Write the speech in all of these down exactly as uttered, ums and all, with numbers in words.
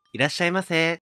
いらっしゃいませ。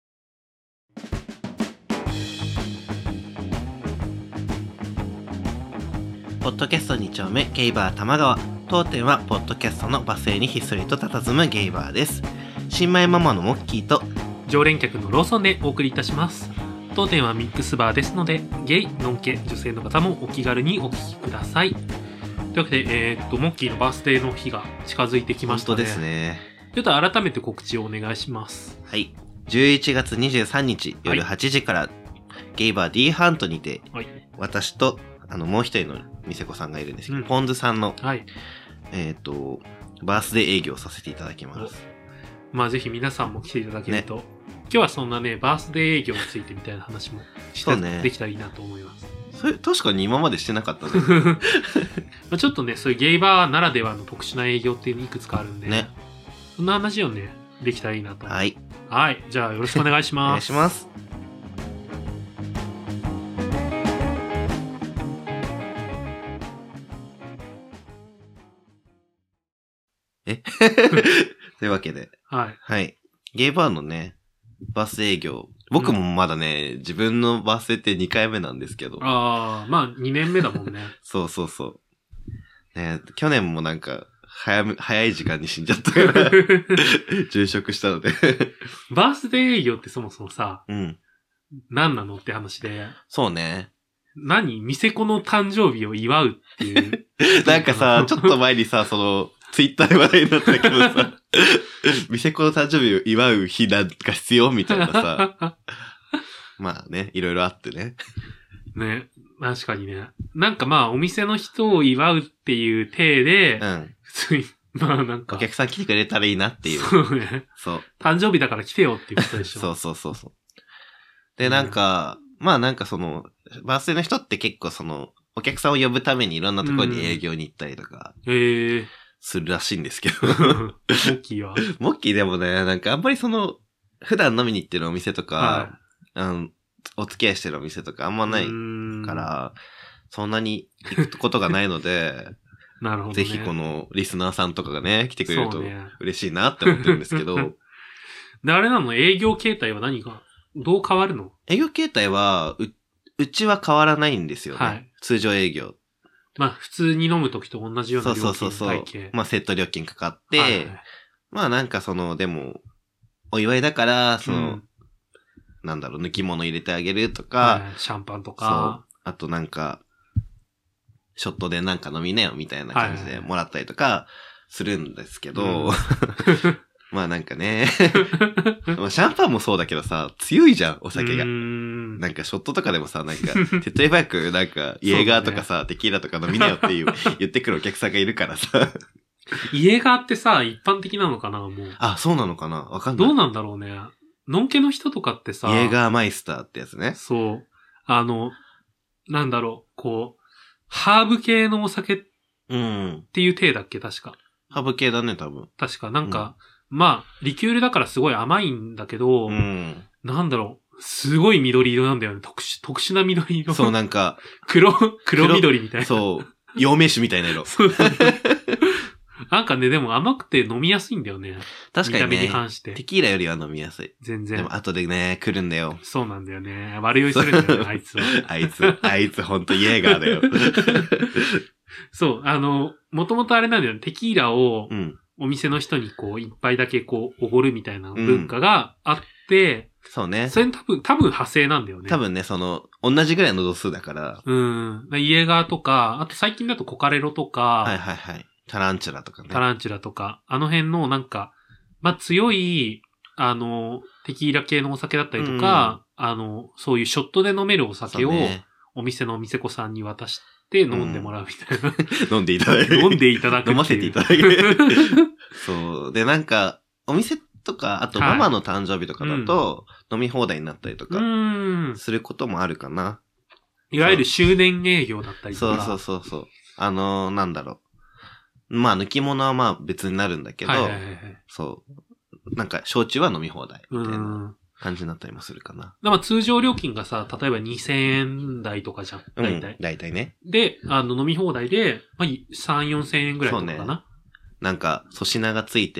ポッドキャストに丁目ゲイバー玉川。当店はポッドキャストの罵声にひっそりと佇むゲイバーです。新米ママのモッキーと常連客のローソンでお送りいたします。当店はミックスバーですので、ゲイ、ノンケ、女性の方もお気軽にお聞きください。というわけで、えー、っとモッキーのバースデーの日が近づいてきましたね。 本当ですね。 ちょっと改めて告知をお願いします。 はい。じゅういちがつにじゅうさんにち夜はちじから、はい、ゲイバー D ハントにて、はい、私とあのもう一人の店子さんがいるんですけど、うん、ポンズさんの、はい、えっ、ー、とバースデー営業させていただきます。 まあぜひ皆さんも来ていただけると、ね、今日はそんなねバースデー営業についてみたいな話もして、ね、できたらいいなと思います。 それ確かに今までしてなかったね。 まあちょっとねそういうゲイバーならではの特殊な営業っていうのいくつかあるんで、ね、そんな話をねできたらいいなと思います。はい。はい。じゃあよろしくお願いします。お願いします。えというわけで。はい。はい。ゲイバーのね、バースデー営業。僕もまだね、うん、自分のバースデーってにかいめなんですけど。 ああ、まあにねんめだもんね。 そうそうそう。ね、去年もなんか、早め、早い時間に死んじゃったから、殉職したので。 バースデー営業ってそもそもさ、うん。何なのって話で。 そうね。 何店子の誕生日を祝うっていう。 なんかさ、ちょっと前にさ、その、ツイッターで話題になったけどさ、店子の誕生日を祝う日なんか必要みたいなさ。まあね、いろいろあってね。 ね、確かにね。なんかまあ、お店の人を祝うっていう体で、うん。普通に、まあなんか。 お客さん来てくれたらいいなっていう。 そうね。そう。誕生日だから来てよっていうことでしょ。 そうそうそうそう。で、なんか、うん、まあなんかその、バースデーの人って結構その、お客さんを呼ぶためにいろんなところに営業に行ったりとか。うん、へえ。するらしいんですけど。モッキーはモッキーでもね、なんかあんまりその、普段飲みに行ってるお店とか、はい、あのお付き合いしてるお店とかあんまないから、そんなに行くことがないので、 なるほどね、 ぜひこのリスナーさんとかがね、来てくれると嬉しいなって思ってるんですけど。 で、あれなの営業形態は何か、どう変わるの？ 営業形態は、う、うちは変わらないんですよね。はい、通常営業。 まあ普通に飲むときと同じような料金体系。そうそうそうそう。 まあセット料金かかって、はいはい、まあなんかその、でも、お祝いだから、その、うん、なんだろう、抜き物入れてあげるとか、はい、 シャンパンとか、 そう。あとなんか、ショットでなんか飲みなよみたいな感じでもらったりとかするんですけど、はいはい、まあなんかね、まあシャンパンもそうだけどさ、強いじゃん、お酒が。んなんかショットとかでもさ、なんか、手っ取り早くなんか、イエーガーとかさ、ね、テキーラとか飲みなよっていう言ってくるお客さんがいるからさ。 イエーガーってさ、一般的なのかな、もう。 あ、そうなのかなわかんない。 どうなんだろうね。のんけの人とかってさ、 イエーガーマイスターってやつね。 そう。あの、なんだろう、こう、ハーブ系のお酒っていう体だっけ、確か。 ハーブ系だね、多分。 確か、なんか、うん、まあ、リキュールだからすごい甘いんだけど、うん、なんだろう、すごい緑色なんだよね。特殊、特殊な緑色。 そう、なんか、 黒、黒緑みたいな。 そう、陽明酒みたいな色。そうそうそう。 なんかね、でも甘くて飲みやすいんだよね。 確かにね。 見た目に関して。 テキーラよりは飲みやすい。 全然。 でも後でね、来るんだよ。 そうなんだよね。悪酔いするんだよね、あいつは。 あいつ、あいつほんとイエーガーだよ。 そう、あの、もともとあれなんだよね。テキーラを、お店の人にこう、一杯だけこう、おごるみたいな文化があって、 うん、そうね。 それ多分、多分派生なんだよね。 多分ね、その、同じぐらいの度数だから。 うん。イエーガーとか、あと最近だとコカレロとか、 はいはいはい。タランチュラとかね。 タランチュラとか、あの辺のなんか、まあ、強い、あの、テキーラ系のお酒だったりとか、うん、あの、そういうショットで飲めるお酒を、お店のお店子さんに渡して飲んでもらうみたいな。 うん、飲んでいただく。 飲んでいただく。 飲ませていただく。そう。で、なんか、お店とか、あとママの誕生日とかだと、飲み放題になったりとか、することもあるかな。 いわゆる周年営業だったりとか。 そうそうそうそう。あのー、なんだろう。まあ、抜き物はまあ別になるんだけど、はいはいはい、そう。なんか、焼酎は飲み放題みたいな感じになったりもするかな。 まあ通常料金がさ、例えばにせんえん台とかじゃん。大体。 うん、大体ね。 で、あの、飲み放題で、まあ、さん、よんせんえんぐらいとかかな。 そうね。なんか、粗品がついて、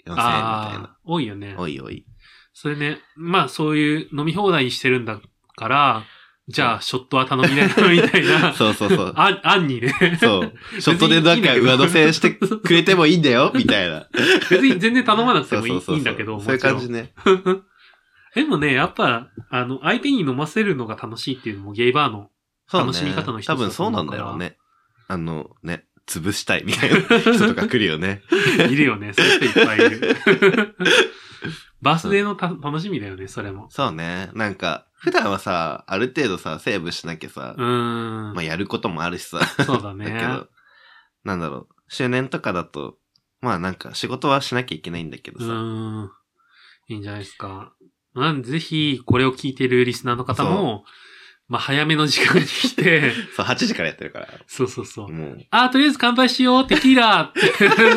よんせんえんみたいな。 あ多いよね。 おいおい。 それね、まあそういう飲み放題にしてるんだから、じゃあショットは頼みなよみたいな。 そうそうそう。 あ、案にね。 そう。ショットでなんか上乗せしてくれてもいいんだよみたいな。 別に全然頼まなくてもいい、そうそうそうそういいんだけど。 そういう感じね。 でもね、やっぱ、あの、相手に飲ませるのが楽しいっていうのもゲイバーの楽しみ方の一つだと思うから、 多分そうなんだよね。あのね、潰したいみたいな人とか来るよね。 いるよね。そういう人いっぱいいる。バースデーのた楽しみだよね、それも。 そうね。なんか、普段はさ、ある程度さ、セーブしなきゃさ、 うーん。 まあやることもあるしさ。 そうだね。 だけど、なんだろう、周年とかだと、まあなんか仕事はしなきゃいけないんだけどさ。 うーん。いいんじゃないですか。なんでぜひ、これを聞いているリスナーの方も、まあ早めの時間に来て。 そう、はちじからやってるから。 そうそうそう。 もうあー、とりあえず乾杯しよう、テキーラって。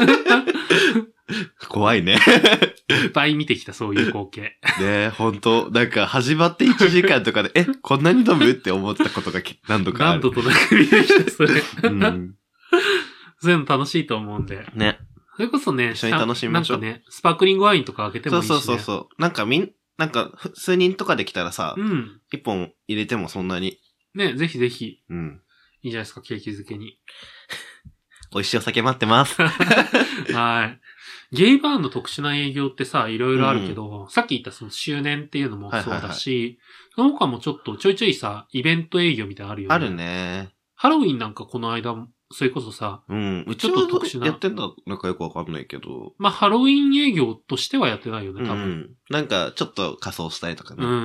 怖いね。 いっぱい見てきた、そういう光景。 ねえ、ほんと、なんか始まっていちじかんとかで、え、こんなに飲むって思ったことが何度かある。 何度となく見てきた、それ。 うん、 そういうの楽しいと思うんで。 ね。 それこそね、 一緒に楽しみましょう。 なんかね、スパークリングワインとか開けてもいいし、ね。 そうそうそうそう。なんかみん、なんか、数人とかできたらさ、 うん。 一本入れてもそんなに。 ね、ぜひぜひ。 うん。 いいじゃないですか、ケーキ漬けに。 美味しいお酒待ってます。 はい。ゲイバーの特殊な営業ってさ、いろいろあるけど、うん、さっき言ったその周年っていうのもそうだし、はいはいはい、その他もちょっとちょいちょいさ、イベント営業みたいなのあるよね。 あるね。 ハロウィンなんかこの間、それこそさ、 うん。うちょっと特殊な。やってんだ、なんかよくわかんないけど。 まあ、ハロウィン営業としてはやってないよね、多分。 うん。なんか、ちょっと仮装したりとかね。 うん。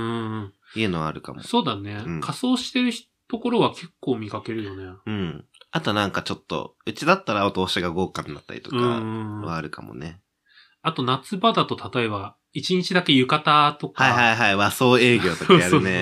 いうのはあるかも。 そうだね。うん、仮装してるところは結構見かけるよね。 うん。あとなんかちょっと、うちだったらお通しが豪華になったりとかはあるかもね。 あと夏場だと例えば、一日だけ浴衣とか。 はいはいはい、和装営業とかやるね。そうそうそう。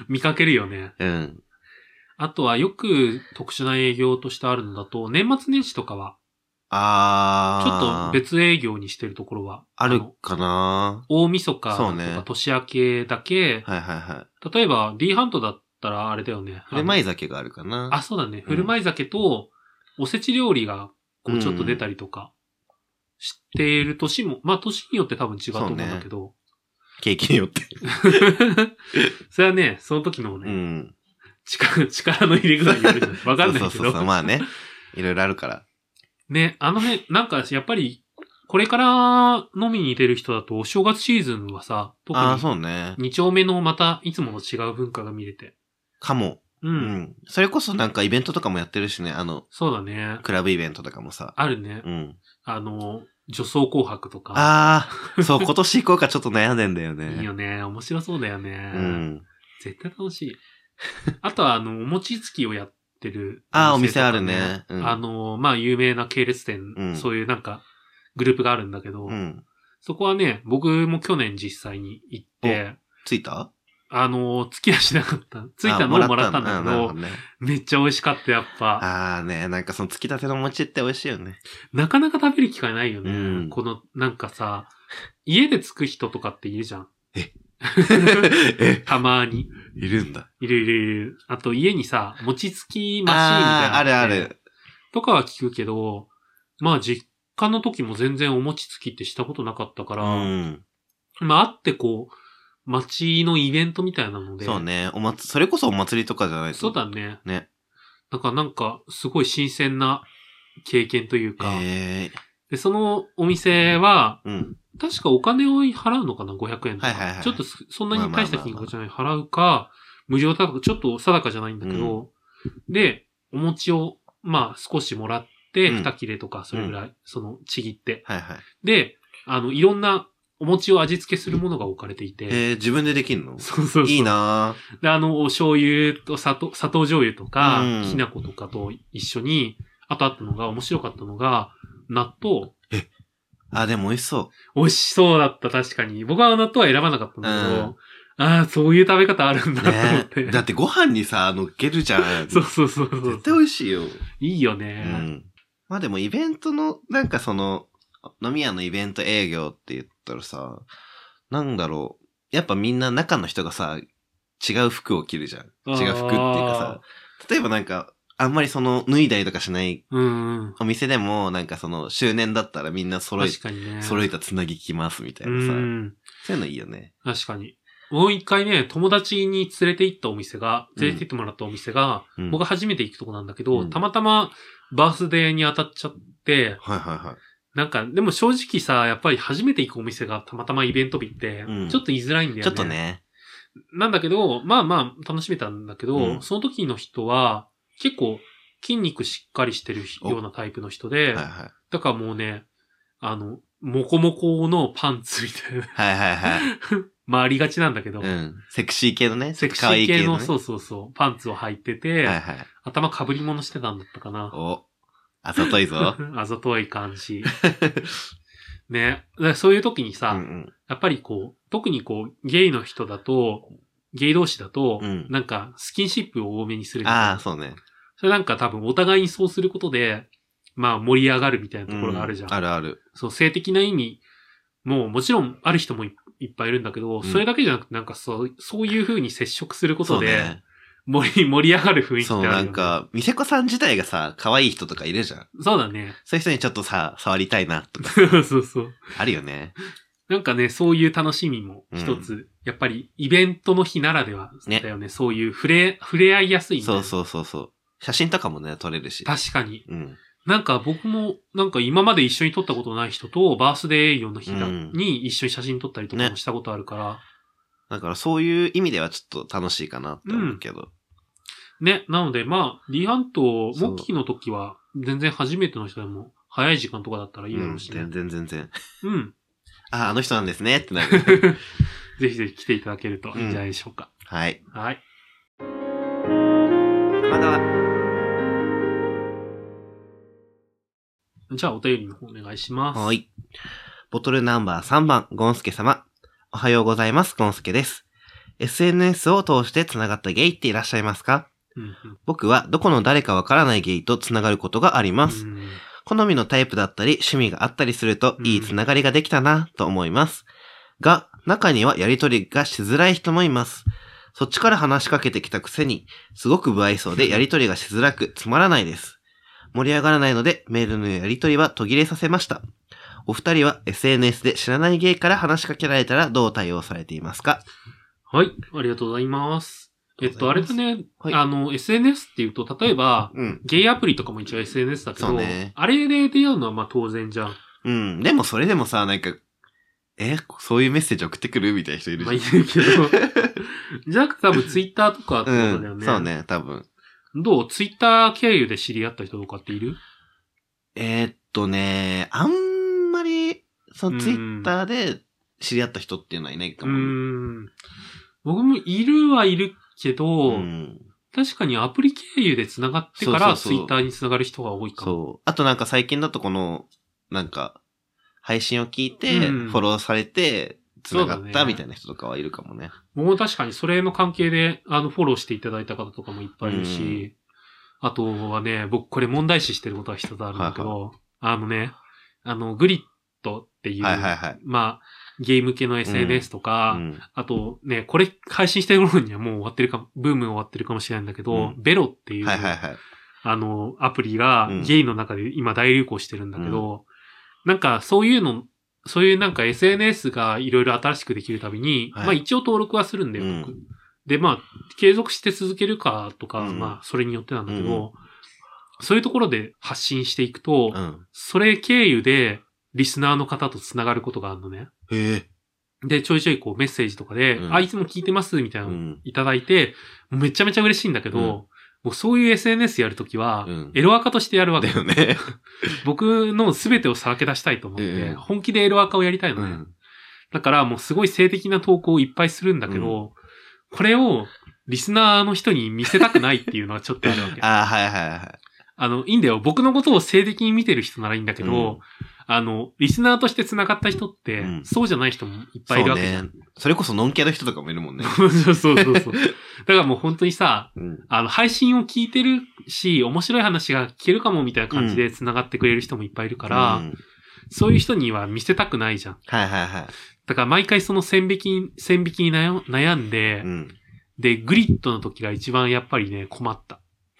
見かけるよね。 うん。 あとはよく特殊な営業としてあるのだと、年末年始とかは、 あー。ちょっと別営業にしてるところは。 あるかな大晦日とか年明けだけ。 はいはいはい。 例えば D ハントだったらあれだよね。 振る舞い酒があるかな。 あ、そうだね。振る舞い酒とおせち料理がこうちょっと出たりとかしている年も、まあ年によって多分違うと思うんだけど。 ね、ケーキによって。 それはね、その時のね、 うん、 力、力の入れ具合によるじゃん。わかんないけど。そうそうそう、 まあね。いろいろあるから。 ね、あの辺、なんかやっぱり、これから飲みに出る人だとお正月シーズンはさ、特にあ、そうね。 二丁目のまたいつもと違う文化が見れて。 かも。うん。うん。それこそなんかイベントとかもやってるしね、あの。 そうだね。 クラブイベントとかもさ。 あるね。 うん。 あの、女装紅白とか。 ああ、そう、今年行こうかちょっと悩んでんだよね。 いいよね。面白そうだよね。 うん。 絶対楽しい。あとはあの、お餅つきをやってる、 ああ、お店あるね。 うん、あの、まあ、有名な系列店、うん、そういうなんか、グループがあるんだけど、うん、そこはね、僕も去年実際に行って、 着いた？ あの、付き合いしなかった。着いたのをもらったんだけど、どね、めっちゃ美味しかった、やっぱ。 ああね、なんかそのつきたての餅って美味しいよね。 なかなか食べる機会ないよね。うん、この、なんかさ、家でつく人とかっているじゃん。 ええたまに。 いるんだ。 いるいるいる。あと家にさ、餅つきマシーンみたいな。 ああるある。 とかは聞くけど、まあ実家の時も全然お餅つきってしたことなかったから、うん、まああってこう、街のイベントみたいなので。 そうね。お祭、それこそお祭りとかじゃないと。 そうだね。 ね。 だからなんか、すごい新鮮な経験というか。 へー。 で、そのお店は、 うん、 確かお金を払うのかな ?ごひゃくえんとか。 はいはいはい。 ちょっとそんなに大した金額じゃない。払うか、無料だとか、ちょっと定かじゃないんだけど、うん、で、お餅を、まあ少しもらって、二切れとか、それぐらい、うん、その、ちぎって。 はいはい。 で、あの、いろんな、お餅を味付けするものが置かれていて。 えー、自分でできんの？ そうそうそう。 いいなぁ。 で、あの、お醤油と砂糖、砂糖醤油とか、うん、きな粉とかと一緒に、あとあったのが、面白かったのが、納豆。 えあ、でも美味しそう。 美味しそうだった、確かに。僕は納豆は選ばなかったんだけど、うん、ああ、そういう食べ方あるんだと思って。 ね、だってご飯にさ、乗っけるじゃん。 そうそうそうそう。 絶対美味しいよ。 いいよね。 うん。まあでもイベントの、なんかその、飲み屋のイベント営業って言ったらさ、なんだろう。やっぱみんな中の人がさ、違う服を着るじゃん。違う服っていうかさ、例えばなんか、 あんまりその、脱いだりとかしないうんうん。 お店でも、なんかその、周年だったらみんな揃え、 確かにね。 揃えたつなぎ着ますみたいうなさ。 ん。 そういうのいいよね。 確かに。もう一回ね、友達に連れて行ったお店が、連れて行ってもらったお店が、 うん、 僕が初めて行くとこなんだけど、 うん、 たまたまバースデーに当たっちゃって、 はいはいはい。 なんか、でも正直さ、やっぱり初めて行くお店がたまたまイベント日って、 うんちょっと言いづらいんだよね。 ちょっとね。 なんだけど、まあまあ楽しめたんだけど、 うんその時の人は結構筋肉しっかりしてるようなタイプの人で、 はいはい。 だからもうね、あの、モコモコのパンツみたいな。 はいはいはい。 まあありがちなんだけど、 うん。セクシー系のね。 セクシ可愛ー系の、 ね、 そうそうそう、パンツを履いてて、 はいはい。 頭かぶり物してたんだったかな。 お。あざといぞ。 あざとい感じ。ね。だからそういう時にさ、 うんうん、 やっぱりこう、特にこう、ゲイの人だと、ゲイ同士だと、 うん、 なんか、スキンシップを多めにするみたいな。 ああ、そうね。 それなんか多分お互いにそうすることで、まあ盛り上がるみたいなところがあるじゃん。 うん、あるある。 そう、性的な意味ももちろんある人も い, いっぱいいるんだけど、 うん、 それだけじゃなくてなんかそう、そういう風に接触することで、 ね、 盛り、盛り上がる雰囲気ってあるよね。 そう、なんか、みせこさん自体がさ、可愛い人とかいるじゃん。 そうだね。 そういう人にちょっとさ、触りたいな、とか。 そうそう。 あるよね。 なんかね、そういう楽しみも一つ、うん、やっぱりイベントの日ならではだよね。ねそういう触れ、触れ合いやすいみたいな。 そうそうそうそう。写真とかもね、撮れるし。 確かに。 うん。 なんか僕も、なんか今まで一緒に撮ったことない人と、バースデー営業の日だ、うん、に一緒に写真撮ったりとかもしたことあるから、ね。 だからそういう意味ではちょっと楽しいかなって思うけど。 うん、ね、なのでまあ、D 半島、モッキーの時は、全然初めての人でも、早い時間とかだったらいいだろうしね。 うん、全然全然。 うん。 あ、あの人なんですねってなる。 ぜひぜひ来ていただけるといいんじゃないでしょうか。 うん、はい。 はい。 まだ。 じゃあお便りの方お願いします。 はい。ボトルナンバーさんばん、ゴンスケ様。おはようございます、ゴンスケです。エスエヌエス を通して繋がったゲイっていらっしゃいますか？うんうん、僕はどこの誰かわからないゲイと繋がることがあります。うん好みのタイプだったり趣味があったりするといいつながりができたなと思います。が、中にはやりとりがしづらい人もいます。そっちから話しかけてきたくせに、すごく不愛想でやりとりがしづらくつまらないです。盛り上がらないのでメールのやりとりは途切れさせました。お二人は エスエヌエス で知らないゲイから話しかけられたらどう対応されていますか？ はい、ありがとうございます。えっと、あれだね、はい、あの、エスエヌエス っていうと、例えば、うん、ゲイアプリとかも一応 エスエヌエス だけど、ね、あれで出会うのはまあ当然じゃん。 うん。でもそれでもさ、なんか、え、そういうメッセージ送ってくるみたいな人いるじゃん。 まあいるけど。じゃなくて多分ツイッターとかってことだよね。 うん、そうね、多分。 どうツイッター経由で知り合った人とかっている？ えー、っとね、あんまり、そのツイッターで知り合った人っていうのはいないかも、ね。 うん。僕もいるはいるけど、うん、確かにアプリ経由で繋がってからツイッターに繋がる人が多いかも。 そう。あとなんか最近だとこの、なんか、配信を聞いて、フォローされて、繋がったみたいな人とかはいるかもね。 もう確かにそれの関係で、あの、フォローしていただいた方とかもいっぱいいるし、うん、あとはね、僕これ問題視してることは一つあるんだけど、はいはい、あのね、あの、グリッドっていう、 はいはいはい、 まあ、ゲーム系の エスエヌエス とか、うんうん、あとね、これ配信してる頃にはもう終わってるか、ブーム終わってるかもしれないんだけど、うん、ベロっていう、 はいはいはい、 あの、アプリがゲイの中で今大流行してるんだけど、うん、なんかそういうの、そういうなんか エスエヌエス がいろいろ新しくできるたびに、はい、まあ一応登録はするんだよ、僕。うん、で、まあ、継続して続けるかとか、うん、まあ、それによってなんだけど、うん、そういうところで発信していくと、うん、それ経由で、リスナーの方と繋がることがあるのね。 へえ。 で、ちょいちょいこうメッセージとかで、うん、あ、いつも聞いてますみたいなのをいただいて、うん、めちゃめちゃ嬉しいんだけど、うん、もうそういう エスエヌエス やるときは、うん、エロアカとしてやるわけ。 だよね。 僕の全てをさらけ出したいと思って、うん、本気でエロアカをやりたいのね。うん、だからもうすごい性的な投稿をいっぱいするんだけど、うん、これをリスナーの人に見せたくないっていうのはちょっとあるわけ。 あ、はいはいはい。 あの、いいんだよ。僕のことを性的に見てる人ならいいんだけど、うんあの、リスナーとして繋がった人って、うん、そうじゃない人もいっぱいいるわけじゃん。 そうね。それこそノンケの人とかもいるもんね。 そうそうそうそう。だからもう本当にさ、うん、あの、配信を聞いてるし、面白い話が聞けるかもみたいな感じで繋がってくれる人もいっぱいいるから、うん、そういう人には見せたくないじゃん。 はいはいはい。 だから毎回その線引き、線引きに悩んで、うん、で、グリッドの時が一番やっぱりね、困った。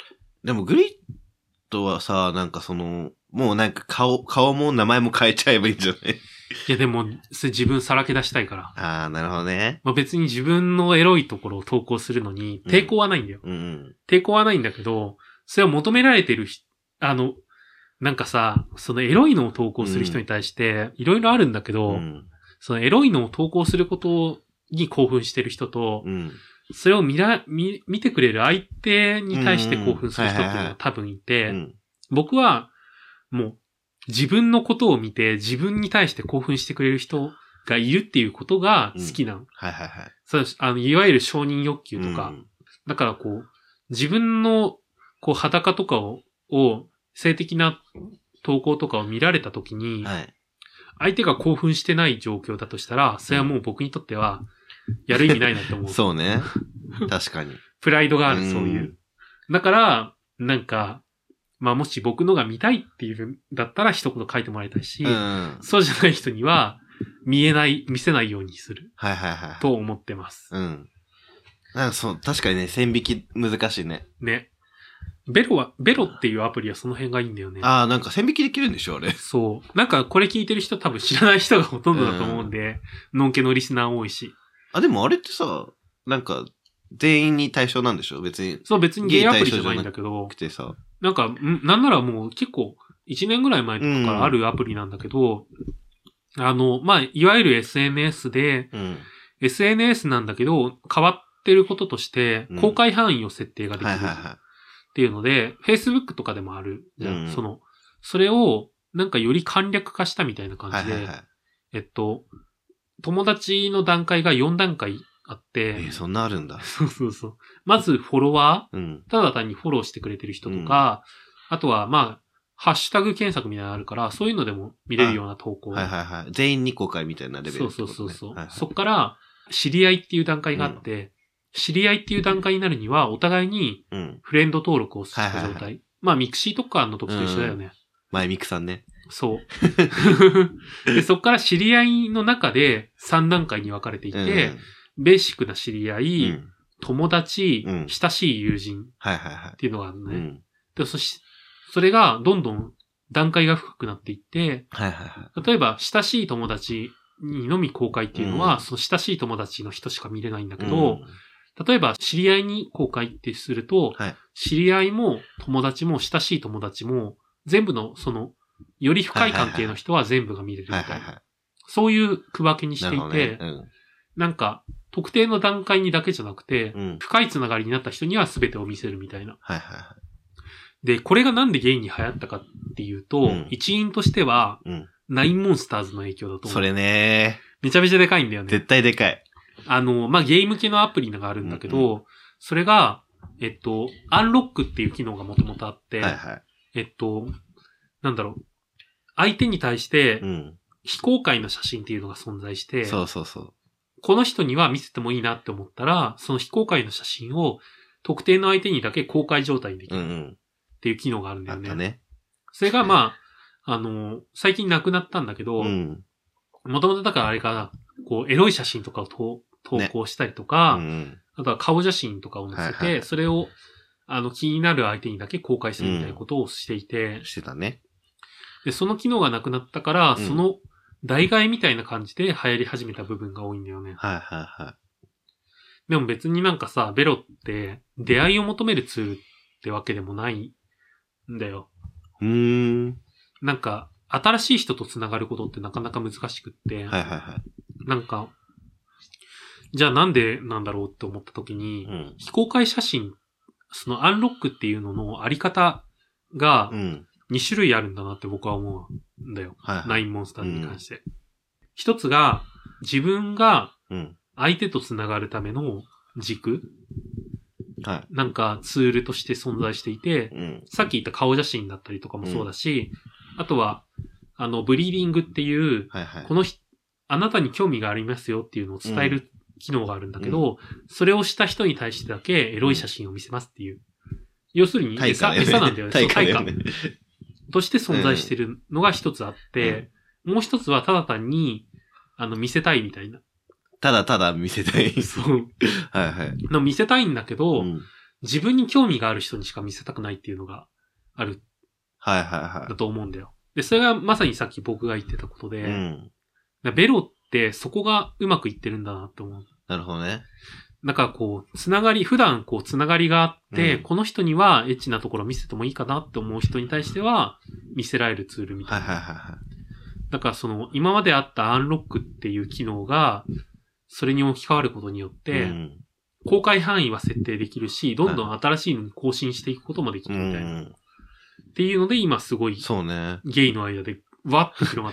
でもグリッドはさ、なんかその、もうなんか顔、顔も名前も変えちゃえばいいんじゃない？ いやでも、それ自分さらけ出したいから。 ああ、なるほどね。 まあ、別に自分のエロいところを投稿するのに抵抗はないんだよ。 うんうん。 抵抗はないんだけど、それを求められてる人、あの、なんかさ、そのエロいのを投稿する人に対して、いろいろあるんだけど、 うん、 そのエロいのを投稿することに興奮してる人と、 うん、 それを見ら、見、見てくれる相手に対して興奮する人っていうのが多分いて、僕はもう自分のことを見て自分に対して興奮してくれる人がいるっていうことが好きなの。うん、 はいはいはい。 そう、あの、いわゆる承認欲求とか、うん、だからこう、自分のこう裸とかを、を性的な投稿とかを見られたときに、はい、相手が興奮してない状況だとしたら、それはもう僕にとっては、やる意味ないなって思う。 そうね。確かに。 プライドがある、そういう。だから、なんか、まあもし僕のが見たいっていうんだったら一言書いてもらいたいし、うん、そうじゃない人には、見えない、見せないようにする。 はいはいはい。 と思ってます。 うん。なんかそう、確かにね、線引き難しいね。 ね。ベロは、ベロっていうアプリはその辺がいいんだよね。 ああ、なんか線引きできるんでしょ、あれ。 そう。なんかこれ聞いてる人多分知らない人がほとんどだと思うんで、うん、のんけのリスナー多いし。 あ、でもあれってさ、なんか、全員に対象なんでしょ別に。 そう、別にゲイアプリじゃないんだけど。 てさなんか、んなんならもう結構、いちねんぐらい前とかからあるアプリなんだけど、うん、あの、まあ、いわゆる エスエヌエス で、うん、エスエヌエス なんだけど、変わってることとして、公開範囲を設定ができるっていうので、Facebook とかでもあるじゃん。うん、その、それを、なんかより簡略化したみたいな感じで、はいはいはい、えっと、友達の段階がよん段階あって、 えー、そんなあるんだ。 そうそうそう。まずフォロワー、うん、ただ単にフォローしてくれてる人とか、うん、あとはまあ、ハッシュタグ検索みたいなのあるから、そういうのでも見れるような投稿。 はいはいはい。全員に公開みたいなレベル、ね。 そうそうそうそう、はいはい。そっから、知り合いっていう段階があって、うん、知り合いっていう段階になるには、お互いにフレンド登録をした状態。はいはいはい、まあ、ミクシーとかの時と一緒だよね。うん、 前ミクさんね。 そう。で、そっから知り合いの中でさん段階に分かれていて、うんベーシックな知り合い、うん、友達、うん、親しい友人っていうのがあるね。はいはいはい、でそし、それがどんどん段階が深くなっていって、はいはいはい、例えば親しい友達にのみ公開っていうのは、うん、その親しい友達の人しか見れないんだけど、うん、例えば知り合いに公開ってすると、はい、知り合いも友達も親しい友達も全部のその、より深い関係の人は全部が見れるみたいな。はいはいはい、そういう区分けにしていて、ねうん、なんか、特定の段階にだけじゃなくて、うん、深いつながりになった人には全てを見せるみたいな。 はいはいはい。 で、これがなんでゲイに流行ったかっていうと、うん、一因としては、うん、ナインモンスターズの影響だと思う。 それねめちゃめちゃでかいんだよね。 絶対でかい。 あの、まあ、ゲイ向けのアプリがあるんだけど、うんうん、それが、えっと、アンロックっていう機能がもともとあって、はいはい、えっと、なんだろう、相手に対して、非公開の写真っていうのが存在して、 そうそうそう。 この人には見せてもいいなって思ったら、その非公開の写真を特定の相手にだけ公開状態にできるっていう機能があるんだよね。うんうん、あったね。それがまあ、あの、最近なくなったんだけど、もともとだからあれかな、こう、エロい写真とかを投稿したりとか、ねうん、あとは顔写真とかを載せて、はいはい、それを、あの、気になる相手にだけ公開するみたいなことをしていて、 うん、してたね。 で、その機能がなくなったから、うん、その、代替えみたいな感じで流行り始めた部分が多いんだよね。 はいはいはい。 でも別になんかさ、ベロって出会いを求めるツールってわけでもないんだよ。 うーん。 なんか、新しい人と繋がることってなかなか難しくって。 はいはいはい。 なんか、じゃあなんでなんだろうって思った時に、うん、非公開写真、そのアンロックっていうののあり方が、うんに種類あるんだなって僕は思うんだよ。はいはい、ナインモンスターに関して。一、うん、つが、自分が相手と繋がるための軸、はい、なんかツールとして存在していて、うん、さっき言った顔写真だったりとかもそうだし、うん、あとは、あの、ブリーディングっていう、はいはい、このひ、あなたに興味がありますよっていうのを伝える機能があるんだけど、うん、それをした人に対してだけエロい写真を見せますっていう。要するに餌、ね、餌なんだよね。 対価だよね。 として存在してるのが一つあって、うん、もう一つはただ単に、あの、見せたいみたいな。 ただただ見せたい。 そう。 はいはい。 の見せたいんだけど、うん、 自分に興味がある人にしか見せたくないっていうのがある。 はいはいはい。 だと思うんだよ。で、それがまさにさっき僕が言ってたことで、 うん。 ベロってそこがうまくいってるんだなって思う。 なるほどね。 だからこう、つながり、普段こう、つながりがあって、 うん、 この人にはエッチなところ見せてもいいかなって思う人に対しては、見せられるツールみたいな。 はいはいはいはい。 だからその、今まであったアンロックっていう機能が、それに置き換わることによって、うん、公開範囲は設定できるし、どんどん新しいのに更新していくこともできるみたいな。はい、っていうので、今すごい、 そうね。 ゲイの間で、わっと広がった。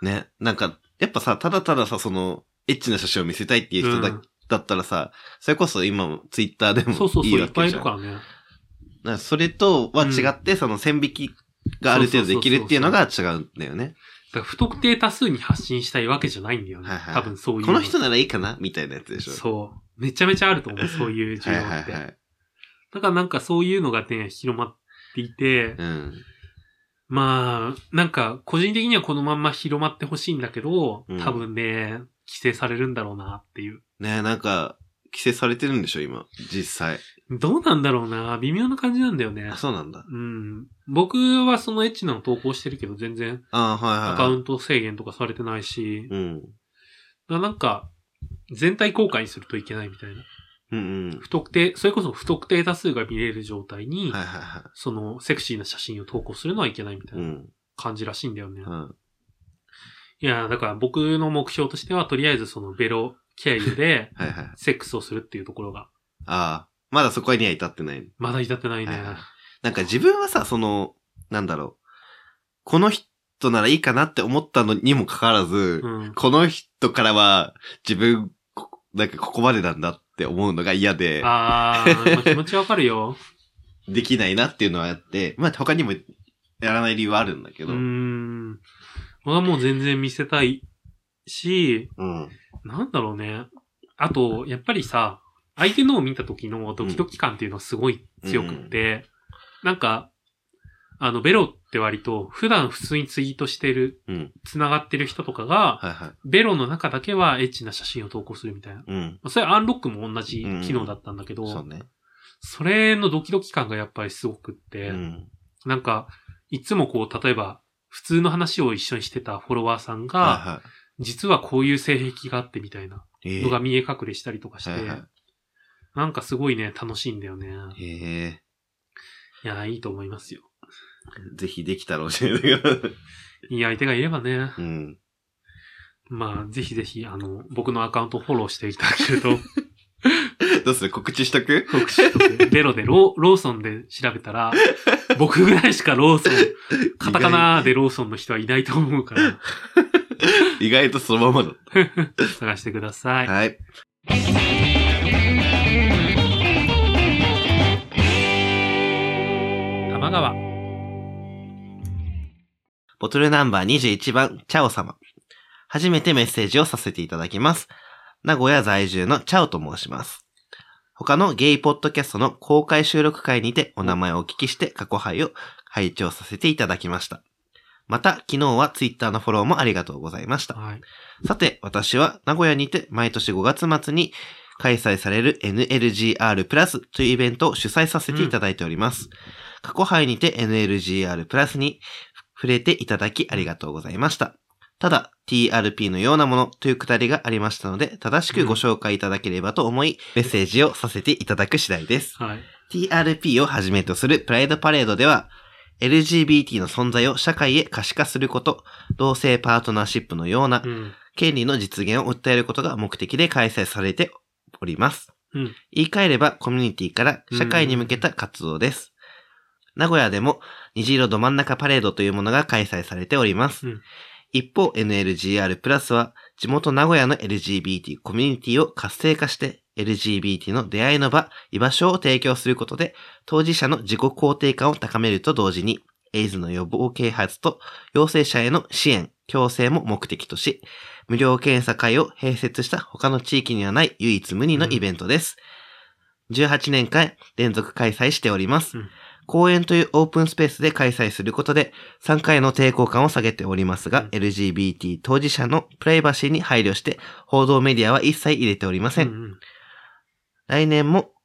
ね。なんか、やっぱさ、ただたださ、その、エッチな写真を見せたいっていう人だ、うん、だったらさ、それこそ今もツイッターでもいいわけじゃん。 そうそうそう、いっぱいいるからね。 なんかそれとは違って、うん、その線引きがある程度できるっていうのが違うんだよね。 だから不特定多数に発信したいわけじゃないんだよね。はいはい、多分そういう。 この人ならいいかなみたいなやつでしょ。 そう。めちゃめちゃあると思う、そういう需要って。はいはいはい。だからなんかそういうのがね、広まっていて、うん、まあ、なんか個人的にはこのまんま広まってほしいんだけど、うん、多分ね、規制されるんだろうなっていう。 ねえ、なんか、規制されてるんでしょ、今、実際。 どうなんだろうな、微妙な感じなんだよね。 あ、そうなんだ。 うん。僕はそのエッチなの投稿してるけど、全然、 あ、はいはいはい、 アカウント制限とかされてないし、 うん。 だなんか、全体公開にするといけないみたいな。 うんうん。 不特定、それこそ不特定多数が見れる状態に、 はいはいはい、 そのセクシーな写真を投稿するのはいけないみたいな感じらしいんだよね。 うん。 いや、だから僕の目標としては、とりあえずそのベロ経由で、 はいはい、 セックスをするっていうところが。 ああ、まだそこには至ってない。 まだ至ってないね。はいはい、 なんか自分はさ、その、なんだろう。この人ならいいかなって思ったのにもかかわらず、うん、この人からは自分、なんかここまでなんだって思うのが嫌で。 ああ、まあ、気持ちわかるよ。 できないなっていうのはあって、まあ他にもやらない理由はあるんだけど。 うーん。僕はもう全然見せたいし、 うん、 なんだろうね。あと、やっぱりさ、相手のを見た時のドキドキ感っていうのはすごい強くって、うん、なんか、あの、ベロって割と普段普通にツイートしてる、うん、繋がってる人とかが、 はいはい、 ベロの中だけはエッチな写真を投稿するみたいな。 うん、 それアンロックも同じ機能だったんだけど、 うん、そうね、 それのドキドキ感がやっぱりすごくって、 うん、 なんか、いつもこう、例えば、普通の話を一緒にしてたフォロワーさんが、 はいはい、 実はこういう性癖があってみたいなのが見え隠れしたりとかして、 えーはいはい、 なんかすごいね、楽しいんだよね。 へえ。 いや、いいと思いますよ。 ぜひできたら教えてください。いい相手がいればね。 うん。 まあ、ぜひぜひ、あの、僕のアカウントをフォローしていただけると。 どうする告知しとく告知しとく。ベロでロー、ローソンで調べたら、僕ぐらいしかローソン、カタカナでローソンの人はいないと思うから。 意外とそのままだ。 探してください。 はい。 玉川。 ボトルナンバーにじゅういちばん、チャオ様。初めてメッセージをさせていただきます。名古屋在住のチャオと申します。他のゲイポッドキャストの公開収録会にてお名前をお聞きして過去配を拝聴させていただきました。また、昨日はツイッターのフォローもありがとうございました。 はい、 さて、私は名古屋にて毎年ごがつ末に開催される エヌエルジーアール プラスというイベントを主催させていただいております。うん、過去配にて エヌエルジーアール プラスに触れていただきありがとうございました。ただ、ティーアールピー のようなものというくだりがありましたので、正しくご紹介いただければと思い、メッセージをさせていただく次第です。 はい、 ティーアールピー をはじめとするプライドパレードでは、エルジービーティー の存在を社会へ可視化すること、同性パートナーシップのような権利の実現を訴えることが目的で開催されております。 うん、 言い換えればコミュニティから社会に向けた活動です。名古屋でも虹色ど真ん中パレードというものが開催されております。 うん、 一方 エヌエルジーアール プラスは地元名古屋の エルジービーティー コミュニティを活性化して エルジービーティー の出会いの場、居場所を提供することで当事者の自己肯定感を高めると同時にエイズの予防啓発と陽性者への支援、共生も目的とし、無料検査会を併設した他の地域にはない唯一無二のイベントです。うん、じゅうはちねんかん連続開催しております。 うん公園というオープンスペースで開催することで参加への抵抗感を下げておりますが、うん、エルジービーティー 当事者のプライバシーに配慮して報道メディアは一切入れておりません。 うんうん、 来年も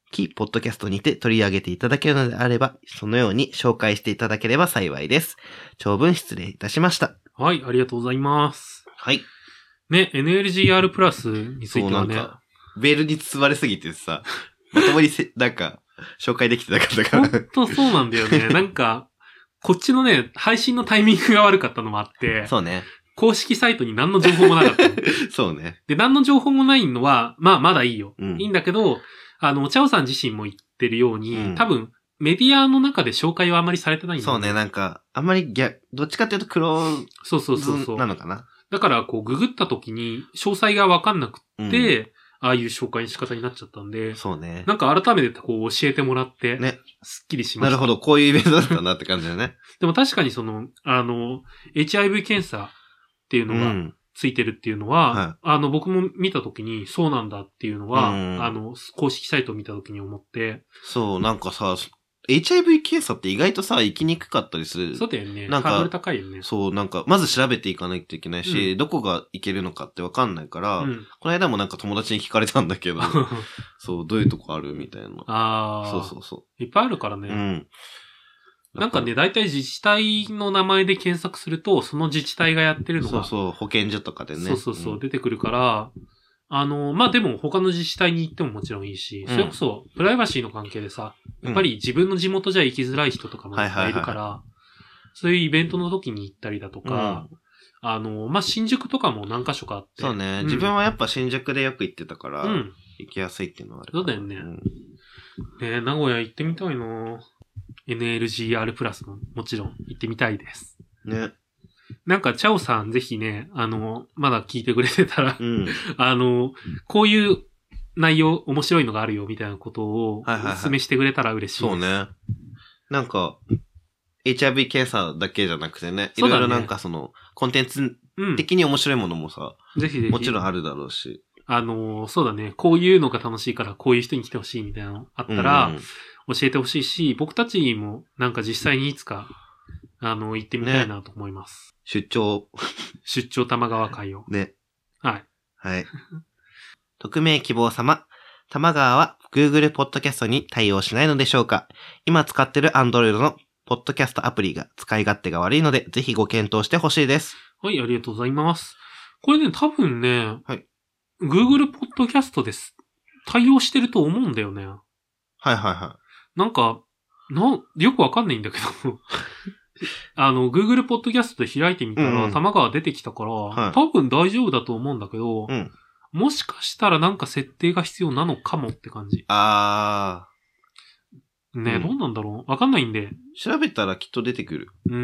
キーポッドキャストにて取り上げていただけるのであれば、そのように紹介していただければ幸いです。長文失礼いたしました。 はい、ありがとうございます。 はい。 ね、エヌエルジーアール プラスについてはね。 そうなんか、ベールに包まれすぎてさ、まともにせ、なんか、紹介できてなかったから。 ほんとそうなんだよね。なんか、こっちのね、配信のタイミングが悪かったのもあって。 そうね。 公式サイトに何の情報もなかったの。 そうね。 で、何の情報もないのは、まあ、まだいいよ。 うん、 いいんだけど、あの、チャオさん自身も言ってるように、 うん、 多分、メディアの中で紹介はあまりされてないんだよね。 そうね、なんか、あんまり逆、どっちかっていうとクローズそうそうそうそうなのかな。 だから、こう、ググった時に、詳細がわかんなくって、うん、ああいう紹介の仕方になっちゃったんで、 そうね。 なんか改めてこう教えてもらって、ね。すっきりしました。 なるほど、こういうイベントだったなって感じだね。 でも確かにその、あの、エイチアイブイ 検査っていうのがついてるっていうのは、うんはい、あの、僕も見たときにそうなんだっていうのは、うん、あの、公式サイトを見たときに思って。 そう、なんかさ、エイチアイブイ 検査って意外とさ、行きにくかったりする。 そうだよね。なんか、ハードル高いよね。 そう、なんか、まず調べていかないといけないし、うん、どこが行けるのかってわかんないから、うん、この間もなんか友達に聞かれたんだけど、そう、どういうとこあるみたいな。 ああ。 そうそうそう。 いっぱいあるからね。うん。なんかね、大体自治体の名前で検索すると、その自治体がやってるのが。 そうそう、保健所とかでね。 そうそうそう、うん、出てくるから、あの、まあ、でも他の自治体に行ってももちろんいいし、うん、それこそプライバシーの関係でさ、やっぱり自分の地元じゃ行きづらい人とかもいっぱいいるから、そういうイベントの時に行ったりだとか、うん、あの、まあ、新宿とかも何箇所かあって。 そうね、うん、自分はやっぱ新宿でよく行ってたから、うん、行きやすいっていうのはあるから。 そうだよね。うん、ね名古屋行ってみたいな エヌエルジーアール プラスももちろん行ってみたいです。 ね。 なんか、チャオさんぜひね、あの、まだ聞いてくれてたら、 うん、 あの、こういう内容、面白いのがあるよみたいなことを、お勧めしてくれたら嬉しいです。 はいはいはい、そうね。なんか、エイチアイブイ 検査だけじゃなくてね、いろいろなんかその、コンテンツ的に面白いものもさ、 うん、ぜひぜひ。 もちろんあるだろうし。 あの、そうだね、こういうのが楽しいから、こういう人に来てほしいみたいなのあったら、うんうん、教えてほしいし、僕たちもなんか実際にいつか、あの、行ってみたいなと思います。 ね、出張。 出張玉川会を。 ね。 はい。 はい。匿名希望様。玉川は Google Podcast に対応しないのでしょうか？今使ってる Android のポッドキャストアプリが使い勝手が悪いので、ぜひご検討してほしいです。 はい、ありがとうございます。これね、多分ね、 はい。 Google Podcast です。対応してると思うんだよね。はいはいはい。 なんか、な、よくわかんないんだけど。あの、Google Podcast で開いてみたら、うんうん、玉川出てきたから、はい、多分大丈夫だと思うんだけど、 うん、 もしかしたらなんか設定が必要なのかもって感じ。 あー。ね、うん、どうなんだろうわかんないんで。 調べたらきっと出てくる。 うん。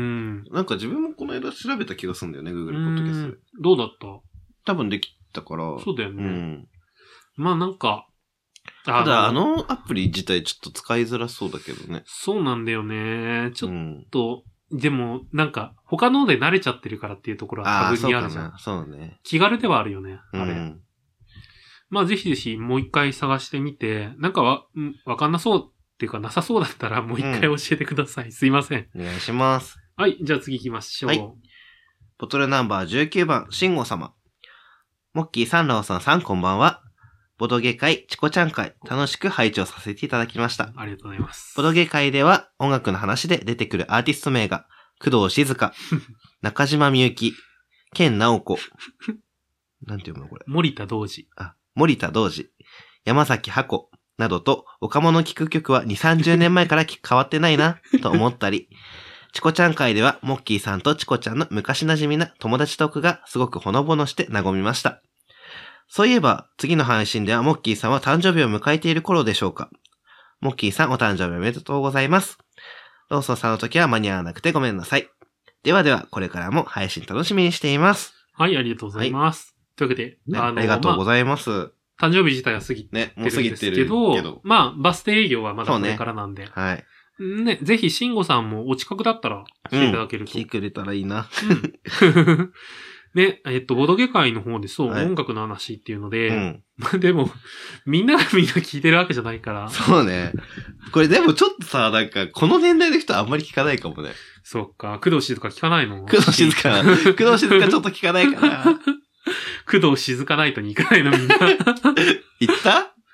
なんか自分もこの間調べた気がするんだよね、Google Podcast で。 どうだった多分できたから。 そうだよね。 うん、 まあなんか、 ただあのアプリ自体ちょっと使いづらそうだけどね。 そうなんだよね。ちょっと、うん、でもなんか他ので慣れちゃってるからっていうところは多分にあるじゃん。 そうね。 気軽ではあるよね、あれ。 うん、 まあぜひぜひもう一回探してみて、なんかわ、わかんなそうっていうかなさそうだったらもう一回教えてください。うん、すいません。 お願いします。 はい、じゃあ次行きましょう。はい。 ボトルナンバーじゅうきゅうばん、しんご様。モッキーさん、ラオさんさん、こんばんは。ボドゲ会、チコちゃん会、楽しく拝聴させていただきました。 ありがとうございます。 ボドゲ会では音楽の話で出てくるアーティスト名が、工藤静香、中島みゆき、健直子、なんて読むのこれ。 森田道二。 あ、森田道二、山崎箱、などと、岡物聴く曲はに、さんじゅうねんまえから変わってないな、と思ったり、チコちゃん会では、モッキーさんとチコちゃんの昔馴染みな友達トークがすごくほのぼのして和みました。そういえば、次の配信ではモッキーさんは誕生日を迎えている頃でしょうか。モッキーさんお誕生日おめでとうございます。ローソンさんの時は間に合わなくてごめんなさい。ではでは、これからも配信楽しみにしています。 はい、ありがとうございます。はい、というわけで、 ね、あの、ありがとうございます。まあ、誕生日自体は過ぎてるんですけど、ね、もう過ぎてるけど、まあ、バス停営業はまだこれからなんで。 ね、はい。 ね、ぜひ、慎吾さんもお近くだったら来ていただけると。 うん、来てくれたらいいな。 うんね、えっと、ボドゲ会の方でそう、はい、音楽の話っていうので、うん、でも、みんながみんな聞いてるわけじゃないから。 そうね。これでもちょっとさ、なんか、この年代の人あんまり聞かないかもね。 そっか、工藤静香聞かないの？ 工藤静香、工藤静香ちょっと聞かないかな。 工藤静香ナイトに行かないのみんな。 行った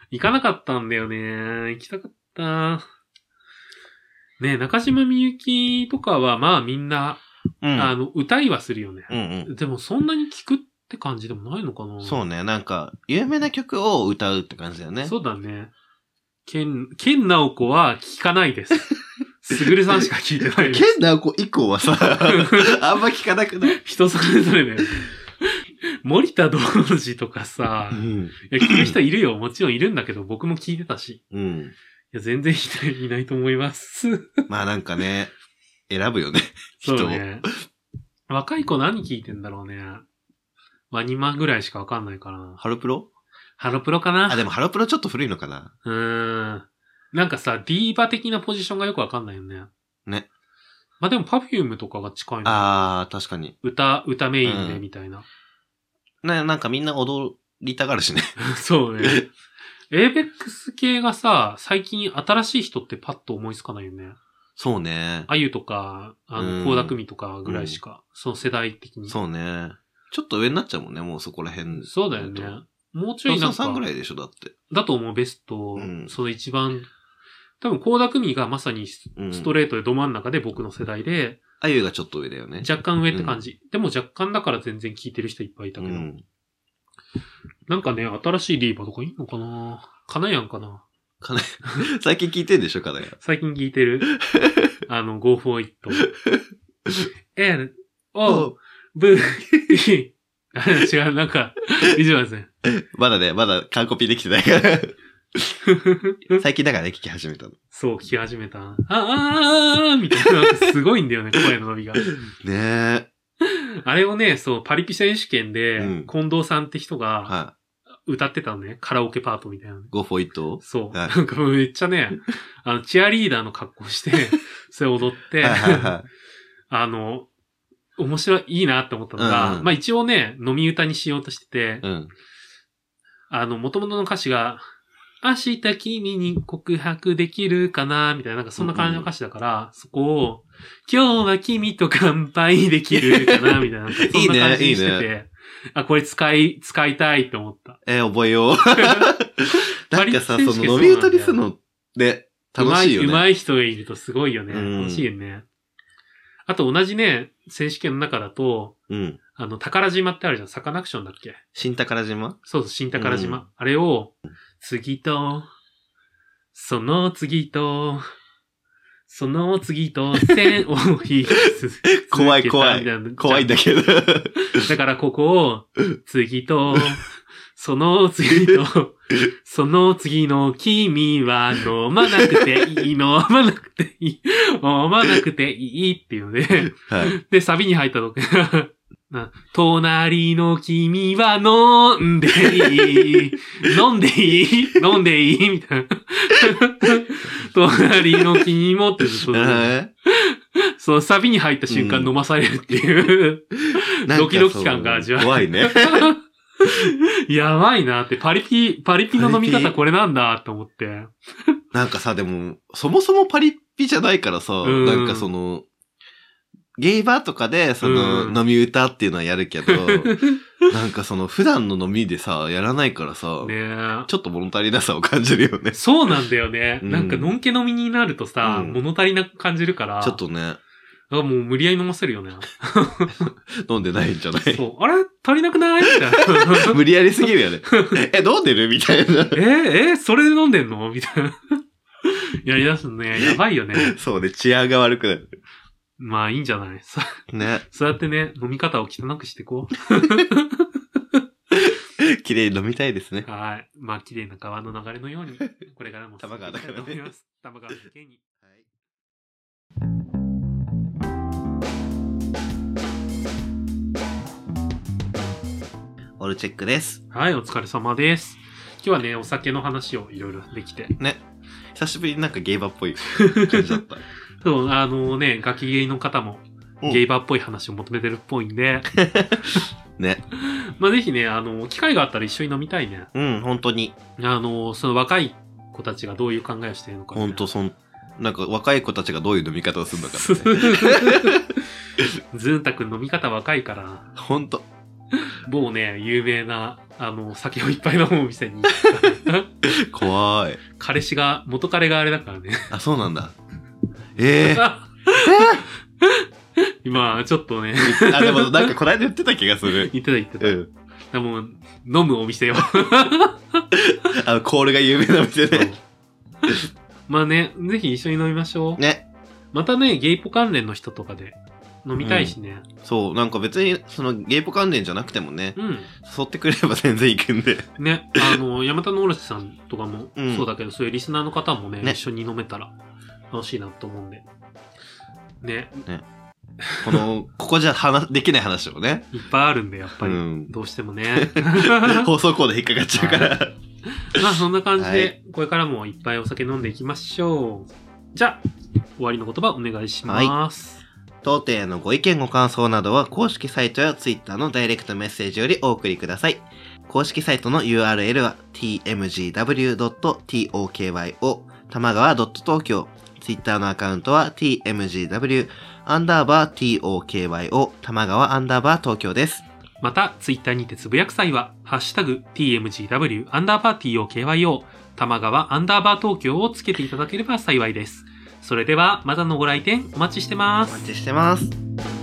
行かなかったんだよね。行きたかった。ねえ、中島みゆきとかはまあみんな、うん、あの、歌いはするよね。 うんうん。 でもそんなに聞くって感じでもないのかな。 そうね。なんか、有名な曲を歌うって感じだよね。 そうだね。ケン、ケンナオコは聞かないです。すぐるさんしか聞いてないです。 ケンナオコ以降はさ、あんま聞かなくない？ 人それぞれね。森田童子とかさ、うん、いや聞く人いるよ。もちろんいるんだけど、僕も聞いてたし。 うん。 いや、全然いないと思います。 まあなんかね、選ぶよね。 人そうね。若い子何聞いてんだろうね。ワニマぐらいしかわかんないからな。 ハロプロ？ ハロプロかな？ あ、でもハロプロちょっと古いのかな？ うーん。なんかさ、ディーバ的なポジションがよくわかんないよね。 ね。 まあでもパフュームとかが近いの。 ああ、確かに。 歌、歌メインでみたいな。 うん、な、なんかみんな踊りたがるしね。 そうね。エーベックス 系がさ、最近新しい人ってパッと思いつかないよね。 そうね。 あゆとか、あの、倖田來未とかぐらいしか、うん、その世代的に。 そうね。ちょっと上になっちゃうもんね、もうそこら辺。 そうだよね。もうちょいなんか。 さんぐらいでしょ、だって。 だと思う、ベスト。うん、その一番、多分、倖田來未がまさにストレートでど真ん中で僕の世代で。 あゆがちょっと上だよね。 若干上って感じ。うん、でも若干だから全然聞いてる人いっぱいいたけど。うん、なんかね、新しいリーバーとかいいのかな？かなやんかな？ かな最近聞いてんでしょ、かなやん。 最近聞いてる。あの、Go for It。L、O、V、あれ違う、なんか、以上ですね。 まだね、まだ完コピできてないから。最近だからね、聞き始めたの。 そう、聞き始めた。あーあーみたいな。すごいんだよね、声の伸びが。 ねえ。 あれをね、そう、パリピ選手権で、うん、近藤さんって人が、歌ってたのね、カラオケパートみたいな、ね。 Go for it? そう。はい、なんかめっちゃね、あの、チアリーダーの格好して、それ踊って、はいはいはい、あの、面白い、いいなって思ったのが、うんうん、まあ一応ね、飲み歌にしようとしてて、うん、あの、元々の歌詞が、明日君に告白できるかなみたいな、なんかそんな感じの歌詞だから、うんうん、そこを、今日は君と乾杯できるかなみたいな、なんかそんな感じにしてて、いいねいいね、あ、これ使い、使いたいって思った。 えー、覚えよう。なんかさ、その飲み歌にするのね、楽しいよね。 うまい、うまい人がいるとすごいよね。楽しいよね。あと同じね、選手権の中だと、うん、あの、宝島ってあるじゃん。サカナクションだっけ？ 新宝島？ そうそう、新宝島。うん、あれを、次と、その次と、その次と線を引き怖い怖い。怖いんだけど。 だからここを、次と、その次と、その次の君は飲まなくていい、飲まなくていい、飲まなくていいっていうので、はい、で、サビに入ったとき隣の君は飲んでいい、飲んでいい、飲んでいいみたいな。隣の君もってずっと、そのサビに入った瞬間飲まされるっていう、うん、ドキドキ感が味わえる。 怖いね。 やばいなって、パリピ、パリピの飲み方これなんだって思って。 なんかさ、でも、そもそもパリピじゃないからさ、うん、なんかその、ゲイバーとかで、その、うん、飲み歌っていうのはやるけど、なんかその、普段の飲みでさ、やらないからさ、ね、ちょっと物足りなさを感じるよね。 そうなんだよね。うん、なんか、のんけ飲みになるとさ、うん、物足りなく感じるから。 ちょっとね。 だからもう無理やり飲ませるよね。 飲んでないんじゃない？ そう。あれ足りなくないみたいな。 無理やりすぎるよね。え、飲んでるみたいな。 え、え、それで飲んでんのみたいな。やり出すね。やばいよね。 そうね。治安が悪くなる。 まあいいんじゃない？ ね。 そうやってね、飲み方を汚くしていこう。綺麗に飲みたいですね。 はい。まあ綺麗な川の流れのように、これからも。 玉川だからね。 思います。玉川だけに。はい。 オールチェックです。 はい、お疲れ様です。今日はね、お酒の話をいろいろできて。 ね。久しぶりになんかゲイバーっぽい感じだった。 そう、あのね、ガキゲイの方もゲイバーっぽい話を求めてるっぽいんで。 ね。 まあぜひね、あの、機会があったら一緒に飲みたいね。 うん、本当に。 あの、その若い子たちがどういう考えをしているのか、ね。 本当そん、なんか若い子たちがどういう飲み方をするのか、ね。 ズンタ君飲み方若いから。 本当。 某ね、有名な、あの、酒をいっぱい飲むお店に。 怖い。 彼氏が、元彼があれだからね。 あ、そうなんだ。ええー。 今、ちょっとね。 あ、でもなんかこの間言ってた気がする。 言ってた言ってた。 うん。 でも、飲むお店よ。 あの、コールが有名なお店ね。 まあね、ぜひ一緒に飲みましょう。 ね。 またね、ゲイポ関連の人とかで飲みたいしね。 うん、そう、なんか別に、そのゲイポ関連じゃなくてもね、 うん。 誘ってくれれば全然行くんで。ね。 あの、山田のおろしさんとかもそうだけど、うん、そういうリスナーの方もね、ね一緒に飲めたら楽しいなと思うんで。ね。ね。 この、ここじゃ話、できない話もね。 いっぱいあるんで、やっぱり。うん、どうしてもね。 放送コード引っかかっちゃうから。 まあ、そんな感じで、これからもいっぱいお酒飲んでいきましょう。じゃあ、終わりの言葉お願いします。 はい、当店へのご意見ご感想などは、公式サイトやツイッターのダイレクトメッセージよりお送りください。公式サイトの ユーアールエル は ティーエムジーダブリュードットトーキョー 玉川 .tokyo。ツイッターのアカウントは ティーエムジーダブリュー アンダーバー トー玉川アンダーバー東京です。 また、ツイッターにてつぶやく際は、ハッシュタグ ティーエムジーダブリュー アンダーバー トーキョー 玉川アンダーバー東京をつけていただければ幸いです。それでは、またのご来店お待ちしてます。 お待ちしてます。